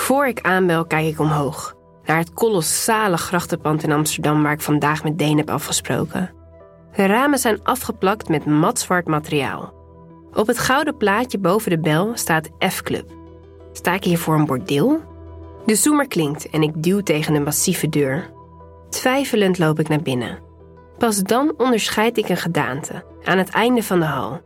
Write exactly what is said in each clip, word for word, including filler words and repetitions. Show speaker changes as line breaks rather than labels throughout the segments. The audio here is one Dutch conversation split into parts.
Voor ik aanbel, kijk ik omhoog. Naar het kolossale grachtenpand in Amsterdam waar ik vandaag met Deen heb afgesproken. De ramen zijn afgeplakt met matzwart materiaal. Op het gouden plaatje boven de bel staat F-Club. Sta ik hier voor een bordeel? De zoemer klinkt en ik duw tegen een massieve deur. Twijfelend loop ik naar binnen. Pas dan onderscheid ik een gedaante aan het einde van de hal.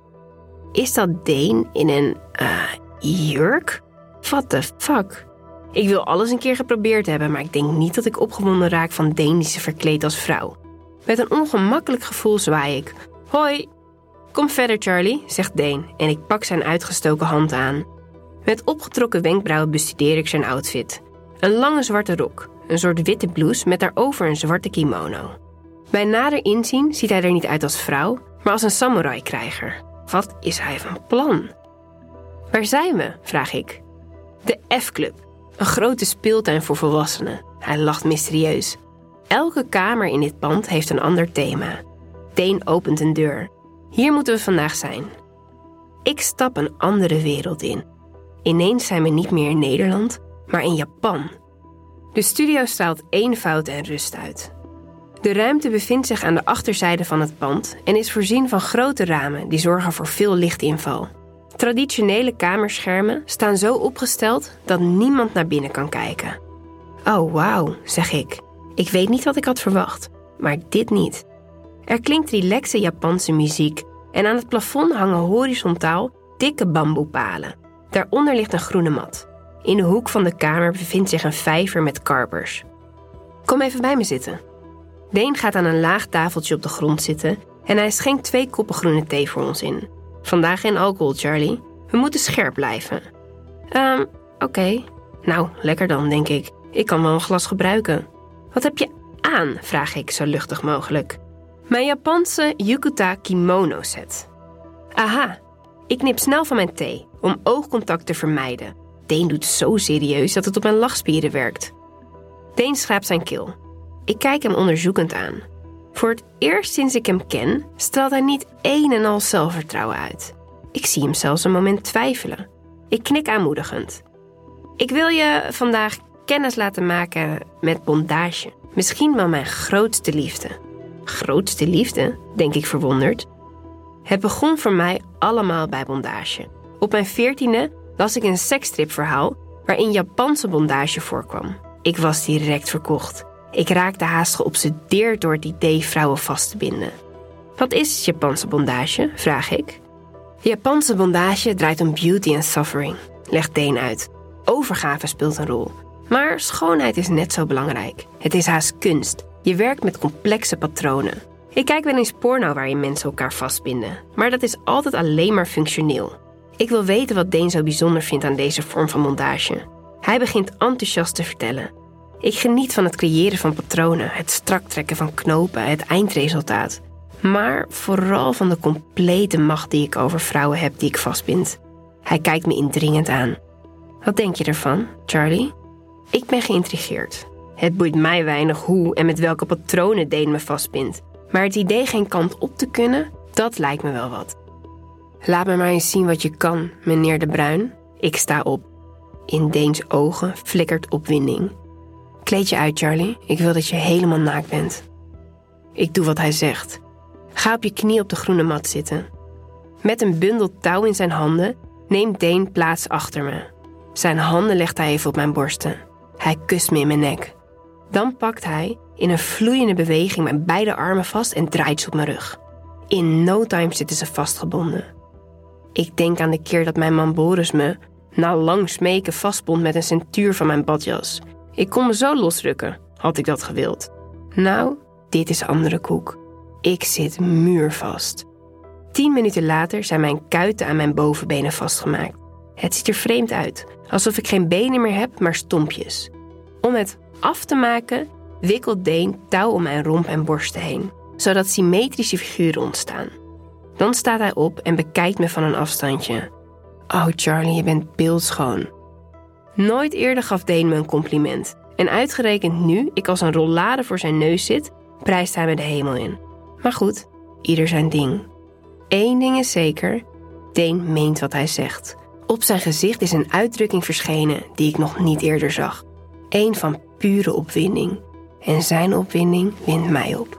Is dat Deen in een uh, jurk? What the fuck? Ik wil alles een keer geprobeerd hebben, maar ik denk niet dat ik opgewonden raak van Deen die zich verkleedt als vrouw. Met een ongemakkelijk gevoel zwaai ik. Hoi! Kom verder, Charlie, zegt Deen en ik pak zijn uitgestoken hand aan. Met opgetrokken wenkbrauwen bestudeer ik zijn outfit. Een lange zwarte rok, een soort witte blouse met daarover een zwarte kimono. Bij nader inzien ziet hij er niet uit als vrouw, maar als een samurai-krijger. Wat is hij van plan? Waar zijn we? Vraag ik. De F-Club, een grote speeltuin voor volwassenen. Hij lacht mysterieus. Elke kamer in dit pand heeft een ander thema. Deen opent een deur. Hier moeten we vandaag zijn. Ik stap een andere wereld in. Ineens zijn we niet meer in Nederland, maar in Japan. De studio straalt eenvoud en rust uit. De ruimte bevindt zich aan de achterzijde van het pand en is voorzien van grote ramen die zorgen voor veel lichtinval. Traditionele kamerschermen staan zo opgesteld dat niemand naar binnen kan kijken. Oh, wauw, zeg ik. Ik weet niet wat ik had verwacht, maar dit niet. Er klinkt relaxe Japanse muziek en aan het plafond hangen horizontaal dikke bamboepalen. Daaronder ligt een groene mat. In de hoek van de kamer bevindt zich een vijver met karpers. Kom even bij me zitten. Deen gaat aan een laag tafeltje op de grond zitten en hij schenkt twee koppen groene thee voor ons in. Vandaag geen alcohol, Charlie. We moeten scherp blijven. Ehm, um, oké. Okay. Nou, lekker dan, denk ik. Ik kan wel een glas gebruiken. Wat heb je aan? Vraag ik zo luchtig mogelijk. Mijn Japanse Yukuta kimono set. Aha. Ik knip snel van mijn thee om oogcontact te vermijden. Deen doet zo serieus dat het op mijn lachspieren werkt. Deen schraapt zijn keel. Ik kijk hem onderzoekend aan. Voor het eerst sinds ik hem ken, straalt hij niet een en al zelfvertrouwen uit. Ik zie hem zelfs een moment twijfelen. Ik knik aanmoedigend. Ik wil je vandaag kennis laten maken met bondage. Misschien wel mijn grootste liefde. Grootste liefde, denk ik verwonderd. Het begon voor mij allemaal bij bondage. Op mijn veertiende las ik een seksstripverhaal waarin Japanse bondage voorkwam. Ik was direct verkocht. Ik raakte haast geobsedeerd door het idee vrouwen vast te binden. Wat is Japanse bondage? Vraag ik. Japanse bondage draait om beauty en suffering, legt Deen uit. Overgave speelt een rol. Maar schoonheid is net zo belangrijk. Het is haast kunst. Je werkt met complexe patronen. Ik kijk wel eens porno waarin mensen elkaar vastbinden. Maar dat is altijd alleen maar functioneel. Ik wil weten wat Deen zo bijzonder vindt aan deze vorm van bondage. Hij begint enthousiast te vertellen. Ik geniet van het creëren van patronen, het straktrekken van knopen, het eindresultaat. Maar vooral van de complete macht die ik over vrouwen heb die ik vastbind. Hij kijkt me indringend aan. Wat denk je ervan, Charlie? Ik ben geïntrigeerd. Het boeit mij weinig hoe en met welke patronen Deen me vastbindt. Maar het idee geen kant op te kunnen, dat lijkt me wel wat. Laat me maar eens zien wat je kan, meneer De Bruin. Ik sta op. In Deens ogen flikkert opwinding. Kleed je uit, Charlie. Ik wil dat je helemaal naakt bent. Ik doe wat hij zegt. Ga op je knie op de groene mat zitten. Met een bundel touw in zijn handen neemt Deen plaats achter me. Zijn handen legt hij even op mijn borsten. Hij kust me in mijn nek. Dan pakt hij in een vloeiende beweging mijn beide armen vast en draait ze op mijn rug. In no time zitten ze vastgebonden. Ik denk aan de keer dat mijn man Boris me, na lang smeken, vastbond met een centuur van mijn badjas. Ik kon me zo losrukken, had ik dat gewild. Nou, dit is andere koek. Ik zit muurvast. Tien minuten later zijn mijn kuiten aan mijn bovenbenen vastgemaakt. Het ziet er vreemd uit, alsof ik geen benen meer heb, maar stompjes. Om het af te maken, wikkelt Deen touw om mijn romp en borsten heen, zodat symmetrische figuren ontstaan. Dan staat hij op en bekijkt me van een afstandje. Oh Charlie, je bent beeldschoon. Nooit eerder gaf Deen me een compliment. En uitgerekend nu ik als een rollade voor zijn neus zit, prijst hij me de hemel in. Maar goed, ieder zijn ding. Eén ding is zeker, Deen meent wat hij zegt. Op zijn gezicht is een uitdrukking verschenen die ik nog niet eerder zag. Eén van pure opwinding. En zijn opwinding wint mij op.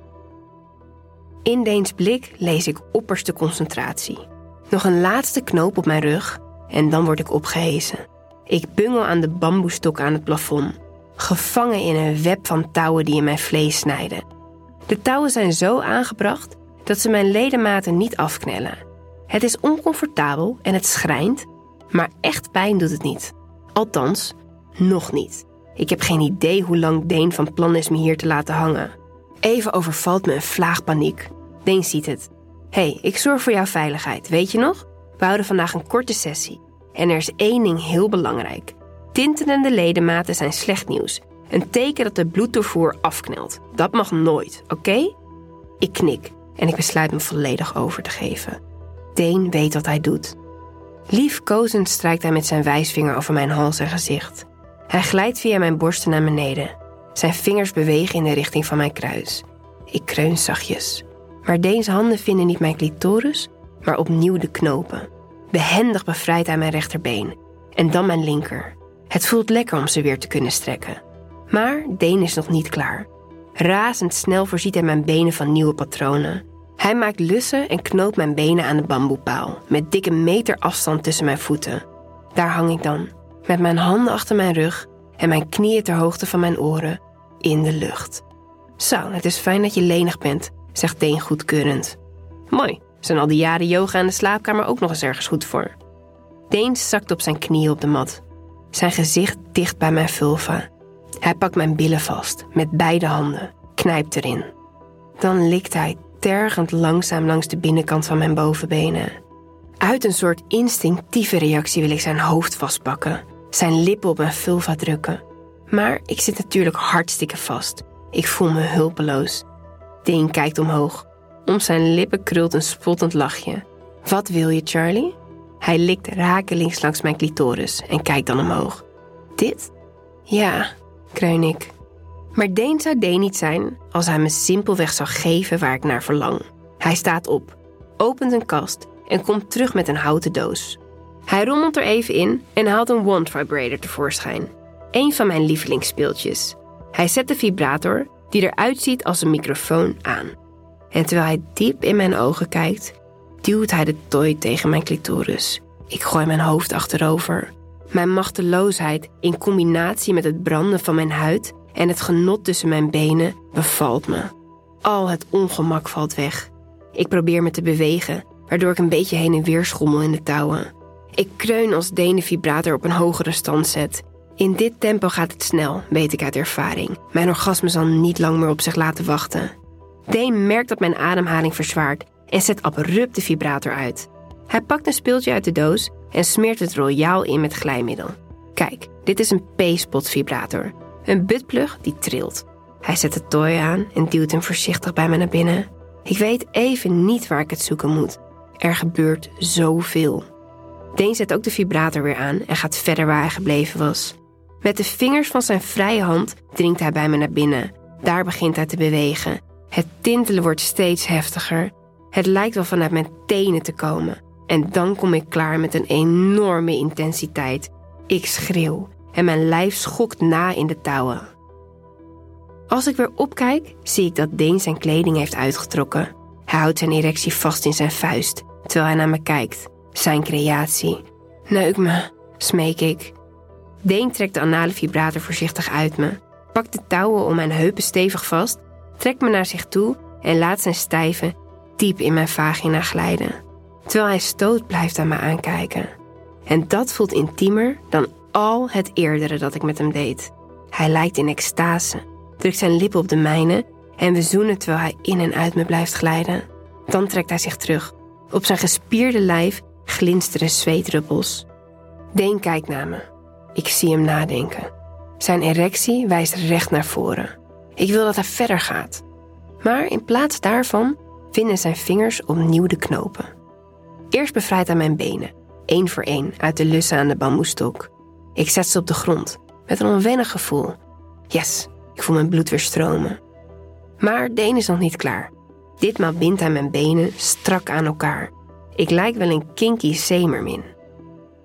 In Danes blik lees ik opperste concentratie. Nog een laatste knoop op mijn rug en dan word ik opgehezen. Ik bungel aan de bamboestok aan het plafond, gevangen in een web van touwen die in mijn vlees snijden. De touwen zijn zo aangebracht dat ze mijn ledematen niet afknellen. Het is oncomfortabel en het schrijnt, maar echt pijn doet het niet. Althans, nog niet. Ik heb geen idee hoe lang Dane van plan is me hier te laten hangen. Even overvalt me een vlaag paniek. Dane ziet het. Hé, hey, ik zorg voor jouw veiligheid, weet je nog? We houden vandaag een korte sessie. En er is één ding heel belangrijk. Tintelende ledematen zijn slecht nieuws. Een teken dat de bloedtoevoer afknelt. Dat mag nooit, oké? Okay? Ik knik en ik besluit me volledig over te geven. Dane weet wat hij doet. Liefkozend strijkt hij met zijn wijsvinger over mijn hals en gezicht. Hij glijdt via mijn borsten naar beneden. Zijn vingers bewegen in de richting van mijn kruis. Ik kreun zachtjes. Maar Dane's handen vinden niet mijn clitoris, maar opnieuw de knopen. Behendig bevrijdt hij mijn rechterbeen. En dan mijn linker. Het voelt lekker om ze weer te kunnen strekken. Maar Dane is nog niet klaar. Razendsnel voorziet hij mijn benen van nieuwe patronen. Hij maakt lussen en knoopt mijn benen aan de bamboepaal, met dikke meter afstand tussen mijn voeten. Daar hang ik dan, met mijn handen achter mijn rug en mijn knieën ter hoogte van mijn oren, in de lucht. Zo, het is fijn dat je lenig bent, zegt Dane goedkeurend. Mooi, zijn al die jaren yoga in de slaapkamer ook nog eens ergens goed voor. Dane zakt op zijn knieën op de mat. Zijn gezicht dicht bij mijn vulva. Hij pakt mijn billen vast, met beide handen, knijpt erin. Dan likt hij tergend langzaam langs de binnenkant van mijn bovenbenen. Uit een soort instinctieve reactie wil ik zijn hoofd vastpakken, zijn lippen op mijn vulva drukken. Maar ik zit natuurlijk hartstikke vast. Ik voel me hulpeloos. Dane kijkt omhoog. Om zijn lippen krult een spottend lachje. Wat wil je, Charlie? Hij likt rakelings langs mijn clitoris en kijkt dan omhoog. Dit? Ja, kreun ik. Maar Dane zou Dane niet zijn als hij me simpelweg zou geven waar ik naar verlang. Hij staat op, opent een kast en komt terug met een houten doos. Hij rommelt er even in en haalt een wand vibrator tevoorschijn. Een van mijn lievelingsspeeltjes. Hij zet de vibrator, die eruit ziet als een microfoon, aan. En terwijl hij diep in mijn ogen kijkt, duwt hij de toy tegen mijn clitoris. Ik gooi mijn hoofd achterover. Mijn machteloosheid in combinatie met het branden van mijn huid en het genot tussen mijn benen bevalt me. Al het ongemak valt weg. Ik probeer me te bewegen, waardoor ik een beetje heen en weer schommel in de touwen. Ik kreun als Dane de vibrator op een hogere stand zet. In dit tempo gaat het snel, weet ik uit ervaring. Mijn orgasme zal niet lang meer op zich laten wachten. Dane merkt dat mijn ademhaling verzwaart en zet abrupt de vibrator uit. Hij pakt een speeltje uit de doos en smeert het royaal in met glijmiddel. Kijk, dit is een P-spot vibrator. Een buttplug die trilt. Hij zet de toy aan en duwt hem voorzichtig bij me naar binnen. Ik weet even niet waar ik het zoeken moet. Er gebeurt zoveel. Dane zet ook de vibrator weer aan en gaat verder waar hij gebleven was. Met de vingers van zijn vrije hand dringt hij bij me naar binnen. Daar begint hij te bewegen. Het tintelen wordt steeds heftiger. Het lijkt wel vanuit mijn tenen te komen. En dan kom ik klaar met een enorme intensiteit. Ik schreeuw en mijn lijf schokt na in de touwen. Als ik weer opkijk, zie ik dat Dane zijn kleding heeft uitgetrokken. Hij houdt zijn erectie vast in zijn vuist, terwijl hij naar me kijkt. Zijn creatie. Neuk me, smeek ik. Dane trekt de anale vibrator voorzichtig uit me, pakt de touwen om mijn heupen stevig vast, trekt me naar zich toe en laat zijn stijve diep in mijn vagina glijden. Terwijl hij stoot blijft aan me aankijken. En dat voelt intiemer dan al het eerdere dat ik met hem deed. Hij lijkt in extase, drukt zijn lippen op de mijne en we zoenen terwijl hij in en uit me blijft glijden. Dan trekt hij zich terug. Op zijn gespierde lijf glinsteren zweetdruppels. Dane kijkt naar me. Ik zie hem nadenken. Zijn erectie wijst recht naar voren. Ik wil dat hij verder gaat. Maar in plaats daarvan vinden zijn vingers opnieuw de knopen. Eerst bevrijdt hij mijn benen, één voor één, uit de lussen aan de bamboestok. Ik zet ze op de grond, met een onwennig gevoel. Yes, ik voel mijn bloed weer stromen. Maar Dane is nog niet klaar. Ditmaal bindt hij mijn benen strak aan elkaar. Ik lijk wel een kinky zeemermin.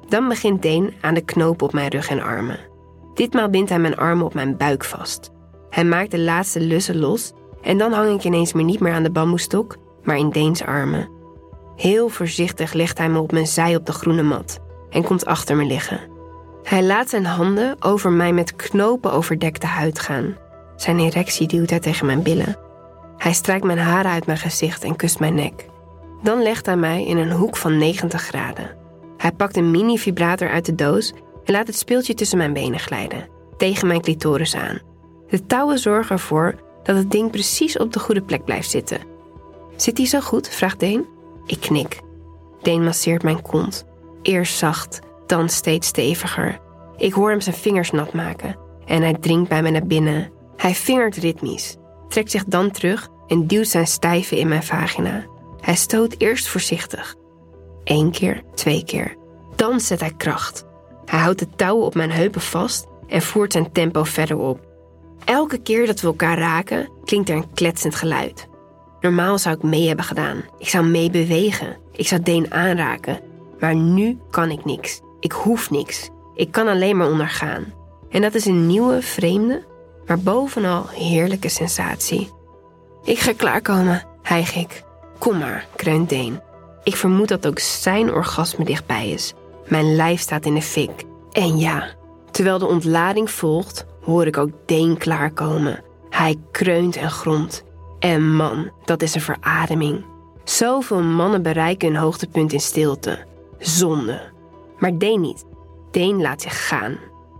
Dan begint Deen aan de knopen op mijn rug en armen. Ditmaal bindt hij mijn armen op mijn buik vast. Hij maakt de laatste lussen los en dan hang ik ineens meer niet meer aan de bamboestok, maar in Deens armen. Heel voorzichtig legt hij me op mijn zij op de groene mat en komt achter me liggen. Hij laat zijn handen over mijn met knopen overdekte huid gaan. Zijn erectie duwt hij tegen mijn billen. Hij strijkt mijn haren uit mijn gezicht en kust mijn nek. Dan legt hij mij in een hoek van negentig graden. Hij pakt een mini-vibrator uit de doos en laat het speeltje tussen mijn benen glijden, tegen mijn clitoris aan. De touwen zorgen ervoor dat het ding precies op de goede plek blijft zitten. Zit die zo goed? Vraagt Deen. Ik knik. Deen masseert mijn kont. Eerst zacht, dan steeds steviger. Ik hoor hem zijn vingers nat maken en hij dringt bij me naar binnen. Hij vingert ritmisch, trekt zich dan terug en duwt zijn stijve in mijn vagina. Hij stoot eerst voorzichtig. Eén keer, twee keer. Dan zet hij kracht. Hij houdt de touwen op mijn heupen vast en voert zijn tempo verder op. Elke keer dat we elkaar raken, klinkt er een kletsend geluid. Normaal zou ik mee hebben gedaan. Ik zou mee bewegen. Ik zou Deen aanraken. Maar nu kan ik niks. Ik hoef niks. Ik kan alleen maar ondergaan. En dat is een nieuwe, vreemde, maar bovenal heerlijke sensatie. Ik ga klaarkomen, hijg ik. Kom maar, kreunt Deen. Ik vermoed dat ook zijn orgasme dichtbij is. Mijn lijf staat in de fik. En ja, terwijl de ontlading volgt, hoor ik ook Deen klaarkomen. Hij kreunt en gromt. En man, dat is een verademing. Zoveel mannen bereiken hun hoogtepunt in stilte. Zonde. Maar Deen niet. Deen laat zich gaan.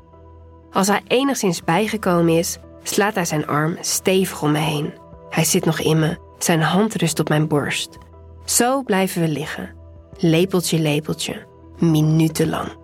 Als hij enigszins bijgekomen is, slaat hij zijn arm stevig om me heen. Hij zit nog in me. Zijn hand rust op mijn borst. Zo blijven we liggen. Lepeltje, lepeltje. Minutenlang.